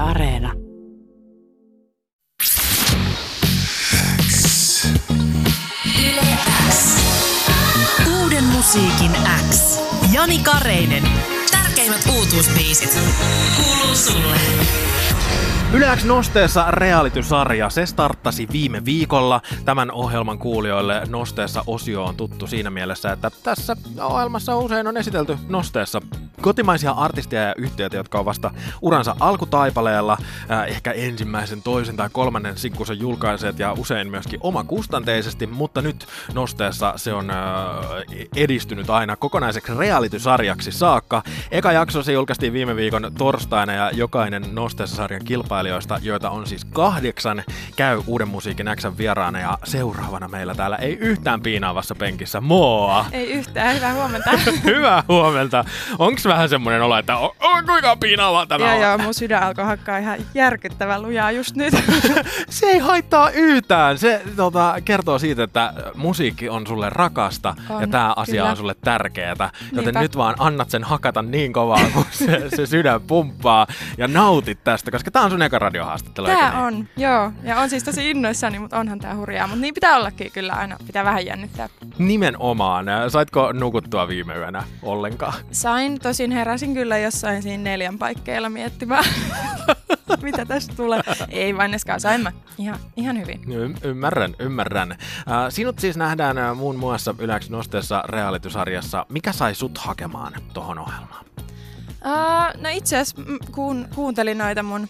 Areena. Yle X. Uuden musiikin X. Jani Kareinen. Tärkeimmät uutuusbiisit. Kuuluu sulle. Yle X Nosteessa reality-sarja, se starttasi viime viikolla. Tämän ohjelman kuulijoille Nosteessa osio on tuttu siinä mielessä, että tässä ohjelmassa usein on esitelty Nosteessa kotimaisia artisteja ja yhtiöitä, jotka on vasta uransa alkutaipaleella, ehkä ensimmäisen, toisen tai kolmannen sinkkunsa julkaiseet ja usein myöskin omakustanteisesti, mutta nyt Nosteessa se on edistynyt aina kokonaiseksi reality-sarjaksi saakka. Eka jakso se julkaistiin viime viikon torstaina ja jokainen Nosteessa-sarjan kilpailijoista, joita on siis 8, käy Uuden musiikin X:n vieraana ja seuraavana meillä täällä ei yhtään piinaavassa penkissä Moa. Ei yhtään, hyvää huomenta. Hyvää huomenta. Onks vähän semmonen olo, että kuinka piinaavaa tämä on? Joo, mun sydän alkoi hakkaa ihan järkyttävän lujaa just nyt. Se ei haittaa yhtään. Se kertoo siitä, että musiikki on sulle rakasta ja tää asia on sulle tärkeetä. Joten Niinpä. nyt vaan annat sen hakata niin kovaa, kun se sydän pumppaa ja nautit tästä, koska tää on sun eka radiohaastattelu. eikö Tää niin? on, joo. Ja on siis tosi innoissani, mutta onhan tää hurjaa. Mutta niin pitää ollakin kyllä aina. Pitää vähän jännittää. Nimenomaan. Saitko nukuttua viime yönä ollenkaan? Sain, tosin heräsin kyllä jossain siinä 4 paikkeilla miettimään, mitä tästä tulee. Ei vanneskaan, sain mä. Ihan hyvin. Ymmärrän. Sinut siis nähdään muun muassa Yle X Nosteessa reality-sarjassa. Mikä sai sut hakemaan tohon ohjelmaan? No itse asiassa kuuntelin noita mun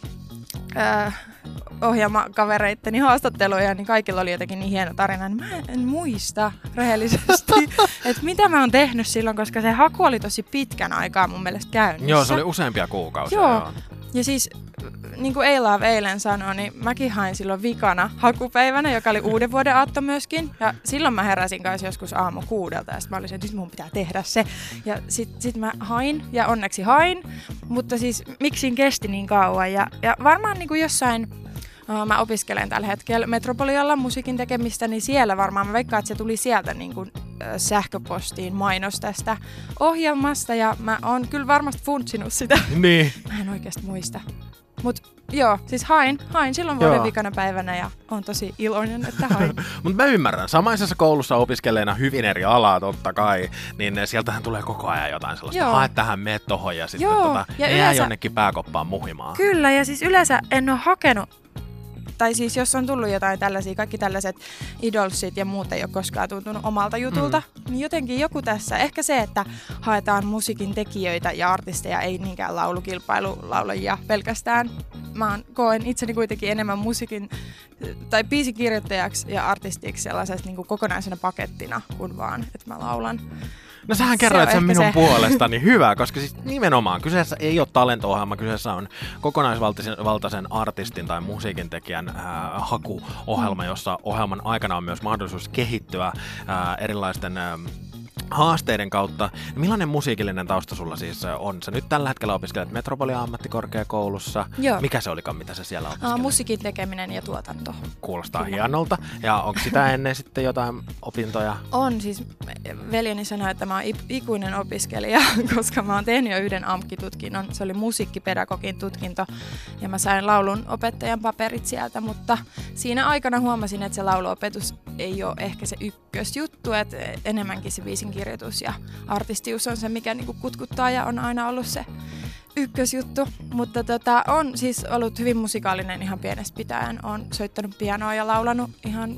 ohjelmakavereitteni haastatteluja, niin kaikilla oli jotenkin niin hieno tarina, niin mä en muista rehellisesti, että mitä mä oon tehnyt silloin, koska se haku oli tosi pitkän aikaa mun mielestä käynnissä. Joo, se oli useampia kuukausia. Joo. Ja siis, niin kuin Eila eilen sanoi, niin mäkin hain silloin vikana hakupäivänä, joka oli uuden vuoden aatto myöskin. Ja silloin mä heräsin kanssa joskus aamu 6 ja sitten mä olisin, että nyt mun pitää tehdä se. Ja sit mä hain ja onneksi hain, mutta siis miksi kesti niin kauan. Ja varmaan niin kuin jossain, mä opiskelen tällä hetkellä Metropolialla musiikin tekemistä, niin siellä varmaan mä veikkaan, että se tuli sieltä niin kuin sähköpostiin mainos tästä ohjelmasta. Ja mä oon kyllä varmasti funtsinut sitä. Niin. Mä en oikeasti muista. Mut joo, siis hain silloin vuoden vikana päivänä ja on tosi iloinen, että hain. Mutta mä ymmärrän, samaisessa koulussa opiskeleena hyvin eri alaa totta kai, niin sieltähän tulee koko ajan jotain sellaista, hae tähän, mene tohon ja sitten ja jää jonnekin pääkoppaan muhimaan. Kyllä, ja siis yleensä en ole hakenut, tai siis jos on tullut jotain tällaisia, kaikki tällaiset idolsit ja muut ei ole koskaan tuntunut omalta jutulta, niin jotenkin joku tässä, ehkä se, että haetaan musiikin tekijöitä ja artisteja, ei niinkään laulukilpailulaulajia pelkästään. Mä koen itseni kuitenkin enemmän musiikin tai biisikirjoittajaksi ja artistiksi sellaisesta niin kuin kokonaisena pakettina, kuin vaan, että mä laulan. No sähän kerroit sen minun puolestani hyvä, koska siis nimenomaan kyseessä ei ole talento-ohjelma, kyseessä on kokonaisvaltaisen artistin tai musiikintekijän hakuohjelma, jossa ohjelman aikana on myös mahdollisuus kehittyä erilaisten haasteiden kautta. Millainen musiikillinen tausta sulla siis on? Sä nyt tällä hetkellä opiskelet Metropolia ammattikorkeakoulussa. Joo. Mikä se olikaan, mitä sä siellä opiskelet? Musiikin tekeminen ja tuotanto. Kuulostaa hienolta. Ja onko sitä ennen sitten jotain opintoja? On siis, veljeni sanoi, että mä oon ikuinen opiskelija, koska mä oon tehnyt jo yhden AMK-tutkinnon. Se oli musiikkipedagogin tutkinto ja mä sain laulun opettajan paperit sieltä, mutta siinä aikana huomasin, että se lauluopetus ei ole ehkä se ykkösjuttu, että enemmänkin se biisinkirjoitus ja artistius on se, mikä niinku kutkuttaa ja on aina ollut se ykkösjuttu, mutta on siis ollut hyvin musikaalinen ihan pienestä pitäen. Olen soittanut pianoa ja laulanut ihan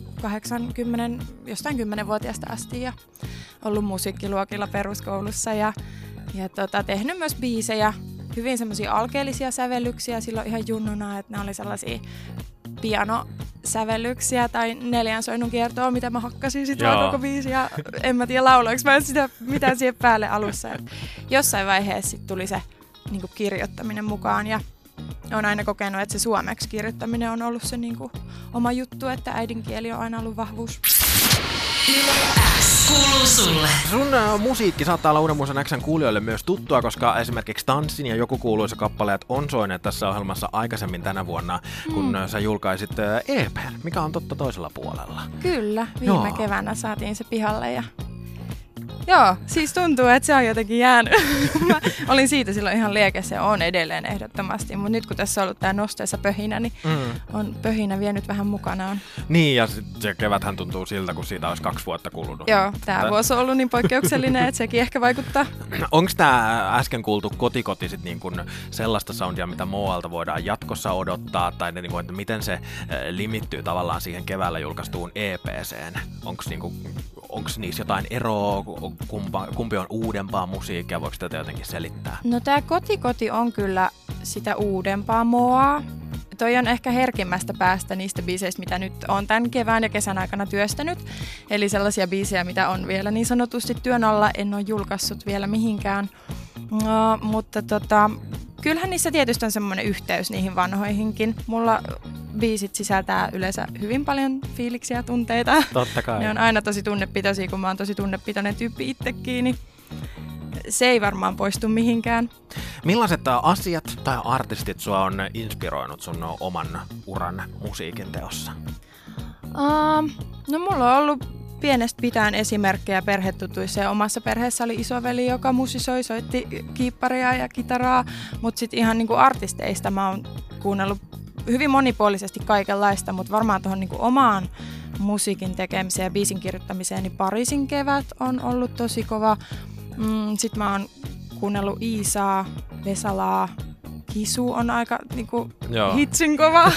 jostain 10-vuotiaasta asti ja ollut musiikkiluokilla peruskoulussa ja tehnyt myös biisejä, hyvin semmoisia alkeellisia sävellyksiä silloin ihan junnuna, että ne oli sellaisia pianosävellyksiä tai 4 soinnun kiertoa, mitä mä hakkasin sitten vaan koko biisi ja en mä tiedä lauloinko mä sitä mitään siihen päälle alussa. Et jossain vaiheessa sit tuli se niinku kirjoittaminen mukaan ja olen aina kokenut, että se suomeksi kirjoittaminen on ollut se niinku oma juttu, että äidinkieli on aina ollut vahvuus. Yle X kuuluu sulle. Sun musiikki saattaa olla Uuden musiikin X:n kuulijoille myös tuttua, koska esimerkiksi Tanssin ja joku kuuluisa kappaleet on soineet tässä ohjelmassa aikaisemmin tänä vuonna, kun sä julkaisit EP, mikä on totta toisella puolella. Kyllä, viime keväänä saatiin se pihalle ja Joo, siis tuntuu, että se on jotenkin jäänyt. Mä olin siitä silloin ihan liekessä ja on edelleen ehdottomasti, mutta nyt kun tässä on ollut tää nosteessa pöhinä, niin on pöhinä vienyt vähän mukanaan. Niin, ja se keväthän tuntuu siltä, kun siitä olisi 2 vuotta kulunut. Joo, tää vuosi on ollut niin poikkeuksellinen, että sekin ehkä vaikuttaa. Onko tämä äsken kuultu koti sit niin kun sellaista soundia, mitä Moalta voidaan jatkossa odottaa, tai niin kun, että miten se limittyy tavallaan siihen keväällä julkaistuun EP:seen? Onko niissä jotain eroa, kumpi on uudempaa musiikkia, voiko tätä jotenkin selittää? No tää Koti on kyllä sitä uudempaa Moaa. Toi on ehkä herkimmästä päästä niistä biiseistä, mitä nyt on tämän kevään ja kesän aikana työstänyt. Eli sellaisia biisejä, mitä on vielä niin sanotusti työn alla, en ole julkaissut vielä mihinkään. No, mutta kyllähän niissä tietysti on semmoinen yhteys niihin vanhoihinkin. Mulla biisit sisältää yleensä hyvin paljon fiiliksiä ja tunteita. Totta kai. Ne on aina tosi tunnepitoisia, kun mä oon tosi tunnepitoinen tyyppi itsekin, niin se ei varmaan poistu mihinkään. Millaiset asiat tai artistit sua on inspiroinut sun oman uran musiikin teossa? No mulla on ollut pienestä pitäen esimerkkejä perhetutuissa ja omassa perheessä oli isoveli, joka musisoi, soitti kiipparia ja kitaraa, mutta sitten ihan niinku artisteista mä oon kuunnellut hyvin monipuolisesti kaikenlaista, mutta varmaan tuohon niinku omaan musiikin tekemiseen ja biisin kirjoittamiseen, niin Pariisin kevät on ollut tosi kova. Sitten mä oon kuunnellut Iisaa, Vesalaa, Kisu on aika niinku hitsin kova.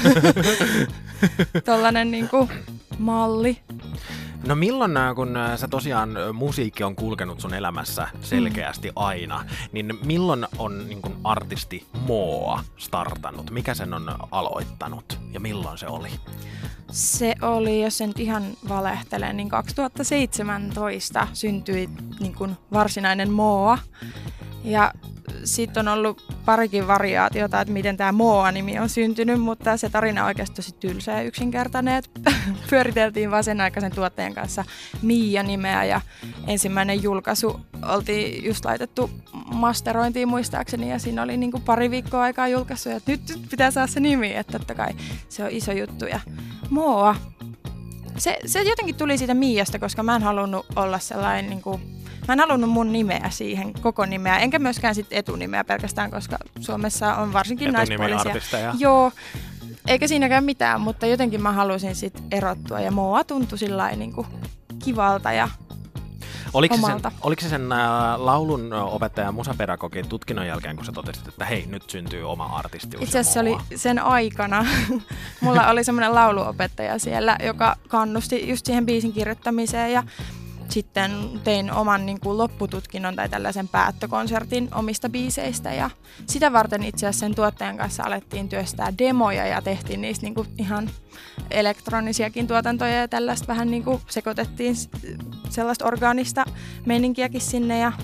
Tollanen niinku malli. No milloin, kun sä tosiaan musiikki on kulkenut sun elämässä selkeästi aina, niin milloin on niin kun artisti Moa startannut? Mikä sen on aloittanut ja milloin se oli? Se oli, jos en ihan valehtele, niin 2017 syntyi niin kuin varsinainen Moa. Ja sitten on ollut parikin variaatiota, että miten tämä Moa-nimi on syntynyt, mutta se tarina on oikeasti tosi tylsä ja yksinkertainen. Pyöriteltiin vaan sen aikaisen tuottajan kanssa Miia-nimeä ja ensimmäinen julkaisu oltiin just laitettu masterointiin muistaakseni ja siinä oli niin kuin 2 viikkoa aikaa julkaisu ja nyt pitää saada se nimi, että totta kai se on iso juttu. Ja Moa, se jotenkin tuli siitä Miiasta, koska mä en halunnut olla sellainen niin kuin mä en halunnut mun nimeä siihen, koko nimeä, enkä myöskään sit etunimeä pelkästään, koska Suomessa on varsinkin naispuolisia. Joo, eikä siinäkään mitään, mutta jotenkin mä halusin sit erottua ja Moa tuntui sillain niinku kivalta ja omalta. Oliko se sen laulun opettajan musapedagogin tutkinnon jälkeen, kun sä totesit, että hei, nyt syntyy oma artistius? Itse asiassa se oli sen aikana. Mulla oli semmoinen lauluopettaja siellä, joka kannusti just siihen biisin kirjoittamiseen ja sitten tein oman niin kuin loppututkinnon tai tällaisen päättökonsertin omista biiseistä ja sitä varten itse asiassa sen tuottajan kanssa alettiin työstää demoja ja tehtiin niistä niin kuin ihan elektronisiakin tuotantoja ja tällaista vähän niin kuin sekoitettiin sellaista orgaanista meininkiäkin sinne ja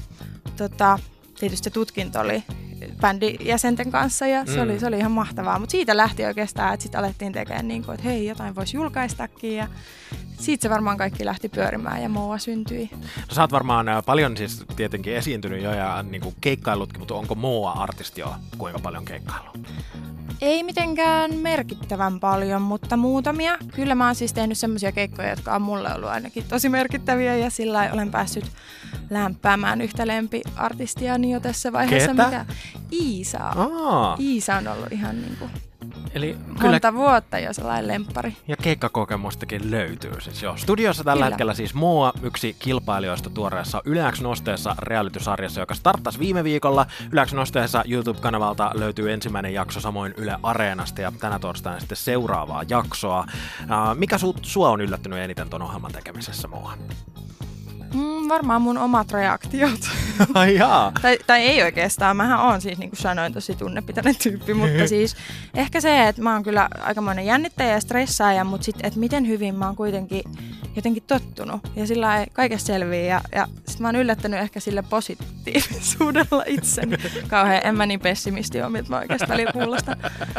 tietysti tutkinto oli bändijäsenten kanssa ja se oli ihan mahtavaa, mutta siitä lähti oikeastaan, että sitten alettiin tekemään niin kuin, että hei, jotain voisi julkaistakin ja siitä se varmaan kaikki lähti pyörimään ja Moa syntyi. No sä oot varmaan paljon siis tietenkin esiintynyt jo ja niin kuin keikkaillutkin, mutta onko Moa-artisti jo kuinka paljon keikkaillut? Ei mitenkään merkittävän paljon, mutta muutamia. Kyllä mä oon siis tehnyt semmoisia keikkoja, jotka on mulle ollut ainakin tosi merkittäviä ja sillä lailla olen päässyt lämpäämään yhtä lempiartistiani jo tässä vaiheessa. Ketä? Mitä? Iisa. Iisa on ollut ihan niinku eli monta vuotta jo sellainen lemppari. Ja keikkakokemustakin löytyy siis jo. Studiossa tällä hetkellä siis Moa, yksi kilpailijoista tuoreessa Yle X Nosteessa reality-sarjassa, joka starttasi viime viikolla. Yle X Nosteessa YouTube-kanavalta löytyy ensimmäinen jakso, samoin Yle Areenasta ja tänä torstaina sitten seuraavaa jaksoa. Mikä sua on yllättynyt eniten ton ohjelman tekemisessä, Moa? Varmaan mun omat reaktiot. Ai jaa. tai ei oikeastaan. Mähän oon siis, niin kuin sanoin, tosi tunnepitoinen tyyppi, mutta siis ehkä se, että mä oon kyllä aikamoinen jännittäjä ja stressaaja, mutta sitten, että miten hyvin mä oon kuitenkin jotenkin tottunut ja sillä ei kaikesta selviä ja sit mä oon yllättänyt ehkä sille positiivisuudella itseni. Kauhean, en mä niin pessimisti ole, mitä mä oikeastaan välillä kuulostan.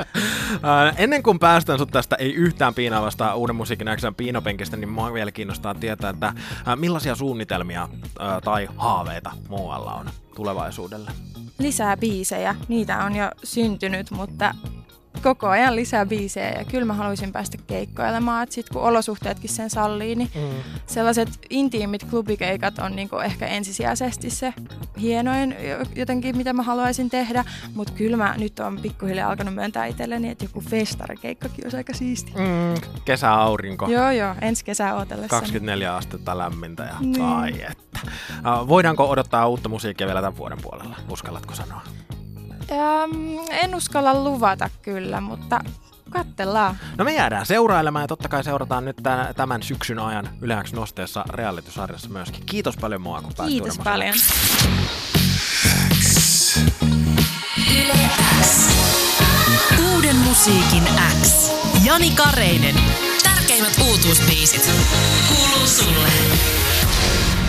Ennen kuin päästään sut tästä ei yhtään piinaavasta Uuden musiikin X:n piinopenkistä, niin mua vielä kiinnostaa tietää, että millaisia suunnitelmia tai haaveita Moalla on tulevaisuudelle? Lisää biisejä, niitä on jo syntynyt, mutta koko ajan lisää biisejä ja kyllä mä haluaisin päästä keikkoilemaan, että sit kun olosuhteetkin sen sallii, niin sellaiset intiimit klubikeikat on niinku ehkä ensisijaisesti se hienoin jotenkin, mitä mä haluaisin tehdä, mutta kyllä mä nyt on pikkuhiljaa alkanut myöntää itselleni, että joku festarikeikkakin olisi aika siisti. Kesäaurinko. Joo, ensi kesää ootellessa. 24 astetta lämmintä ja ai että. Voidaanko odottaa uutta musiikkia vielä tämän vuoden puolella? Uskallatko sanoa? En uskalla luvata kyllä, mutta katsellaan. No me jäädään seurailemaan ja totta kai seurataan nyt tämän syksyn ajan Yle X Nosteessa reality-sarjassa myöskin. Kiitos paljon Moa, kun pääsit Kiitos paljon. Yle X. Uuden musiikin X. Jani Kareinen. Tärkeimmät uutuusbiisit kuuluu sulle.